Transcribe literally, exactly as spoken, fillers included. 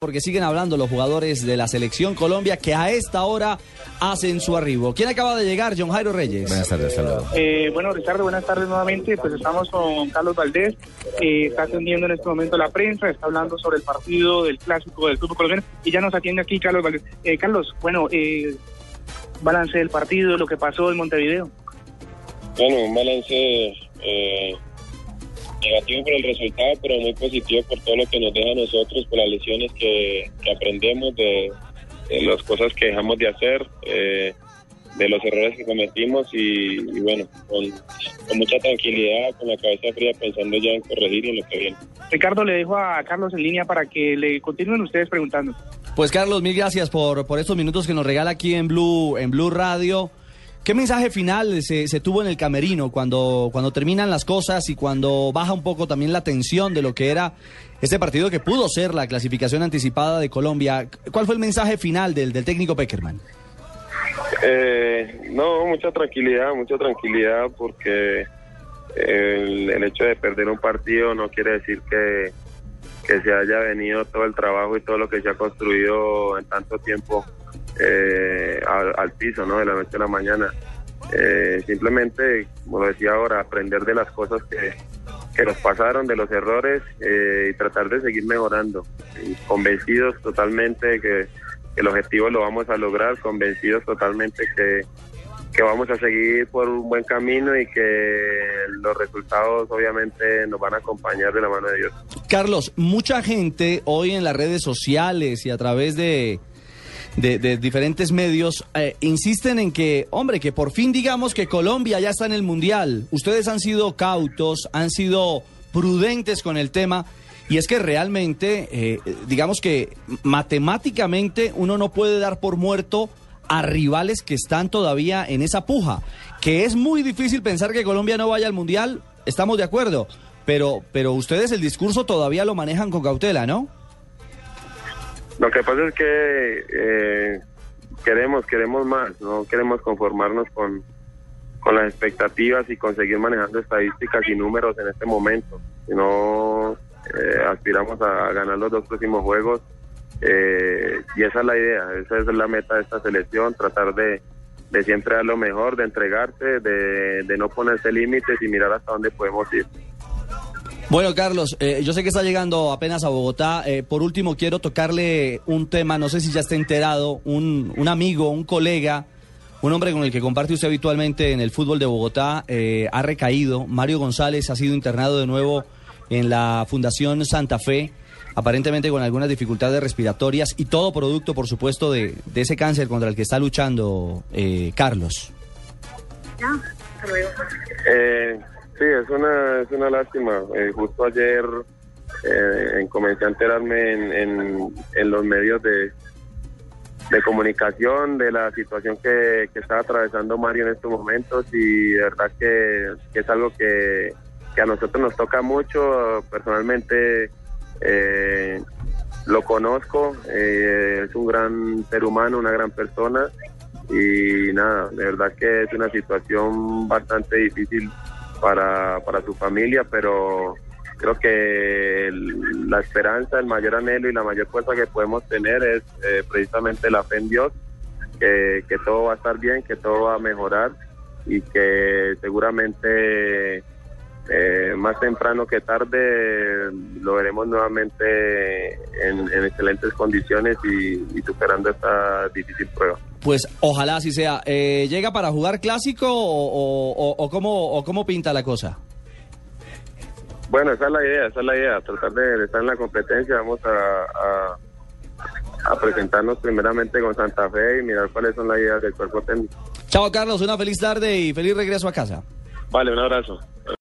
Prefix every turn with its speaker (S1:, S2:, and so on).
S1: Porque siguen hablando los jugadores de la Selección Colombia que a esta hora hacen su arribo. ¿Quién acaba de llegar? John Jairo Reyes.
S2: Buenas tardes, saludos.
S3: Eh, bueno, Ricardo, buenas tardes nuevamente. Pues estamos con Carlos Valdés, eh, está atendiendo en este momento la prensa, está hablando sobre el partido del clásico del fútbol colombiano y ya nos atiende aquí Carlos Valdés. Eh, Carlos, bueno, eh, balance del partido, lo que pasó en Montevideo.
S4: Bueno, un balance eh, negativo por el resultado, pero muy positivo por todo lo que nos deja a nosotros, por las lecciones que, que aprendemos de, de las cosas que dejamos de hacer, eh, de los errores que cometimos y, y bueno, con, con mucha tranquilidad, con la cabeza fría, pensando ya en corregir y en lo que viene.
S3: Ricardo, le dejo a Carlos en línea para que le continúen ustedes preguntando.
S1: Pues Carlos, mil gracias por, por estos minutos que nos regala aquí en Blue, en Blue Radio. ¿Qué mensaje final se, se tuvo en el camerino cuando, cuando terminan las cosas y cuando baja un poco también la tensión de lo que era este partido que pudo ser la clasificación anticipada de Colombia? ¿Cuál fue el mensaje final del, del técnico Pekerman?
S4: Eh, no, mucha tranquilidad, mucha tranquilidad porque el, el hecho de perder un partido no quiere decir que, que se haya venido todo el trabajo y todo lo que se ha construido en tanto tiempo Eh, al, al piso, ¿no? De la noche a la mañana. Eh, simplemente, como lo decía ahora, aprender de las cosas que, que nos pasaron, de los errores eh, y tratar de seguir mejorando. Y convencidos totalmente de que, que el objetivo lo vamos a lograr, convencidos totalmente que, que vamos a seguir por un buen camino y que los resultados obviamente nos van a acompañar de la mano de Dios.
S1: Carlos, mucha gente hoy en las redes sociales y a través de De, de diferentes medios, eh, insisten en que, hombre, que por fin digamos que Colombia ya está en el Mundial. Ustedes han sido cautos, han sido prudentes con el tema, y es que realmente, eh, digamos que matemáticamente uno no puede dar por muerto a rivales que están todavía en esa puja. Que es muy difícil pensar que Colombia no vaya al Mundial, estamos de acuerdo, pero, pero ustedes el discurso todavía lo manejan con cautela, ¿no?
S4: Lo que pasa es que eh, queremos, queremos más, no queremos conformarnos con, con las expectativas y conseguir manejando estadísticas y números en este momento, sino eh, aspiramos a ganar los dos próximos juegos eh, y esa es la idea, esa es la meta de esta selección, tratar de, de siempre dar lo mejor, de entregarse, de, de no ponerse límites y mirar hasta dónde podemos ir.
S1: Bueno, Carlos, eh, yo sé que está llegando apenas a Bogotá. Eh, por último, quiero tocarle un tema, no sé si ya está enterado, un, un amigo, un colega, un hombre con el que comparte usted habitualmente en el fútbol de Bogotá, eh, ha recaído. Mario González ha sido internado de nuevo en la Fundación Santa Fe, aparentemente con algunas dificultades respiratorias y todo producto, por supuesto, de, de ese cáncer contra el que está luchando eh, Carlos.
S3: Ya, hasta luego.
S4: Eh... Sí, es una, es una lástima. Eh, justo ayer eh, comencé a enterarme en, en, en los medios de, de comunicación de la situación que, que está atravesando Mario en estos momentos y de verdad que, que es algo que, que a nosotros nos toca mucho. Personalmente eh, lo conozco, eh, es un gran ser humano, una gran persona y nada, de verdad que es una situación bastante difícil para para su familia, pero creo que el, la esperanza, el mayor anhelo y la mayor fuerza que podemos tener es eh, precisamente la fe en Dios, que, que todo va a estar bien, que todo va a mejorar y que seguramente eh, más temprano que tarde lo veremos nuevamente en, en excelentes condiciones y, y superando esta difícil prueba.
S1: Pues ojalá así sea. Eh, ¿Llega para jugar clásico o, o, o, cómo, o cómo pinta la cosa?
S4: Bueno, esa es la idea, esa es la idea, tratar de, de estar en la competencia. Vamos a, a, a presentarnos primeramente con Santa Fe y mirar cuáles son las ideas del cuerpo técnico.
S1: Chao, Carlos, una feliz tarde y feliz regreso a casa.
S4: Vale, un abrazo.